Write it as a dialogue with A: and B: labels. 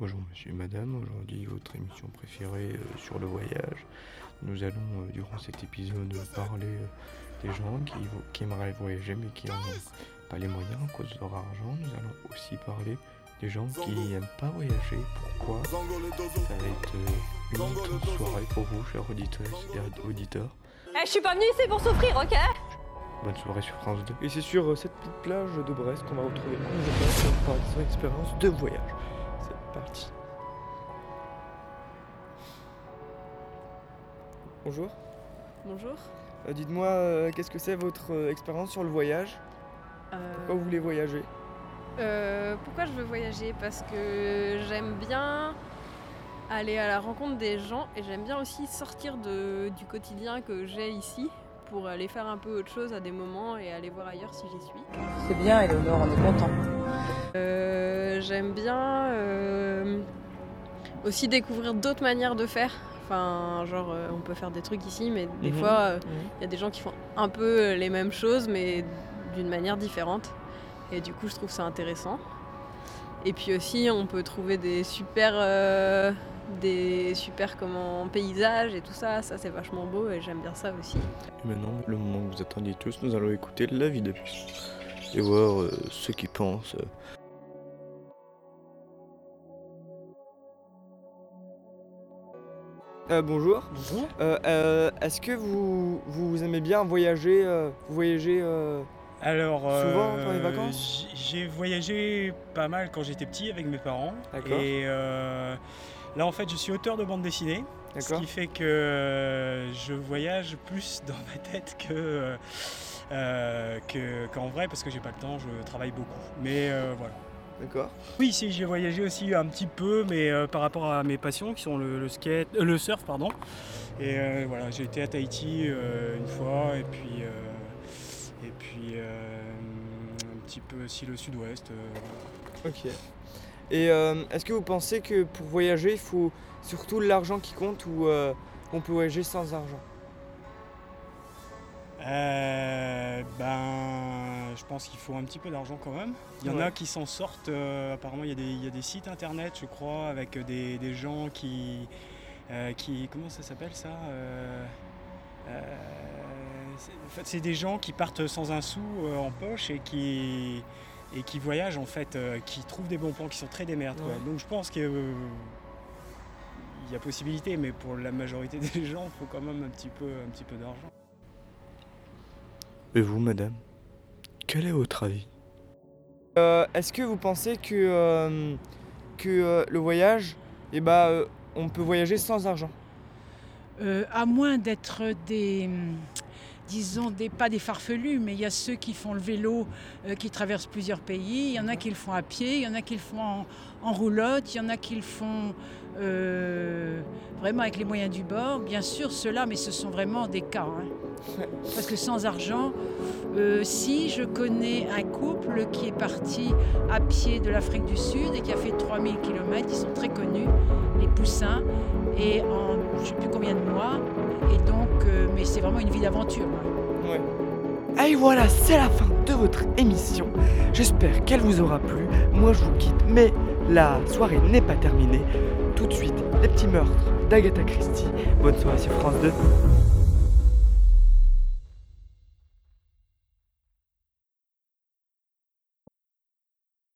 A: Bonjour monsieur et madame, aujourd'hui votre émission préférée sur le voyage. Nous allons durant cet épisode parler des gens qui aimeraient voyager mais qui n'ont pas les moyens à cause de leur argent. Nous allons aussi parler des gens qui n'aiment pas voyager. Pourquoi? Ça va être une soirée pour vous, chers auditeurs et auditeurs.
B: Je suis pas venue ici pour souffrir, ok?
A: Bonne soirée sur France 2. Et c'est sur cette petite plage de Brest qu'on va retrouver Anne pour parler de son expérience de voyage. C'est parti. Bonjour.
C: Bonjour.
A: Dites-moi, qu'est-ce que c'est votre expérience sur le voyage? Pourquoi vous voulez voyager?
C: Pourquoi je veux voyager? Parce que j'aime bien aller à la rencontre des gens et j'aime bien aussi sortir du quotidien que j'ai ici pour aller faire un peu autre chose à des moments et aller voir ailleurs si j'y suis.
D: C'est bien, Éléonore, on est content.
C: J'aime bien aussi découvrir d'autres manières de faire. Enfin, genre, on peut faire des trucs ici, mais des fois, y a des gens qui font un peu les mêmes choses, mais d'une manière différente. Et du coup, je trouve ça intéressant. Et puis aussi, on peut trouver des super paysages et tout ça. Ça, c'est vachement beau et j'aime bien ça aussi.
A: Et maintenant, le moment que vous attendiez tous, nous allons écouter l'avis de tous et voir ce qu'ils pensent. Bonjour.
E: Bonjour.
A: Est-ce que vous aimez bien voyager? Vous voyagez
E: Alors,
A: souvent pendant les vacances?
E: j'ai voyagé pas mal quand j'étais petit avec mes parents.
A: D'accord.
E: Et là, en fait, je suis auteur de bande dessinée. Ce
A: D'accord.
E: qui fait que je voyage plus dans ma tête qu'en vrai, parce que j'ai pas le temps, je travaille beaucoup. Mais voilà.
A: D'accord.
E: Oui, si, j'ai voyagé aussi un petit peu, mais par rapport à mes passions qui sont le surf, pardon. Et voilà, j'ai été à Tahiti une fois, et puis un petit peu aussi le sud-ouest.
A: Ok. Et est-ce que vous pensez que pour voyager, il faut surtout l'argent qui compte ou on peut voyager sans argent?
E: Je pense qu'il faut un petit peu d'argent quand même. Il y en a qui s'en sortent. Apparemment, il y a des sites internet, je crois, avec des gens qui comment ça s'appelle ça? En fait, c'est des gens qui partent sans un sou en poche et qui voyagent en fait, qui trouvent des bons plans, qui sont très démerdes.
A: Ouais.
E: Donc je pense qu'il y a possibilité, mais pour la majorité des gens, il faut quand même un petit peu d'argent.
A: Et vous, madame, quel est votre avis? Est-ce que vous pensez que le voyage, on peut voyager sans argent?
D: À moins d'être pas des farfelus, mais il y a ceux qui font le vélo, qui traversent plusieurs pays. Il y en a qui le font à pied, il y en a qui le font en roulotte, il y en a qui le font vraiment avec les moyens du bord. Bien sûr, ceux-là, mais ce sont vraiment des cas. Parce que sans argent, si je connais un couple qui est parti à pied de l'Afrique du Sud et qui a fait 3000 km, ils sont très connus, les Poussins, et en je ne sais plus combien de mois, et donc, mais c'est vraiment une vie d'aventure.
A: Ouais. Et voilà, c'est la fin de votre émission. J'espère qu'elle vous aura plu. Moi, je vous quitte, mais la soirée n'est pas terminée. Tout de suite, les petits meurtres d'Agatha Christie. Bonne soirée sur France 2.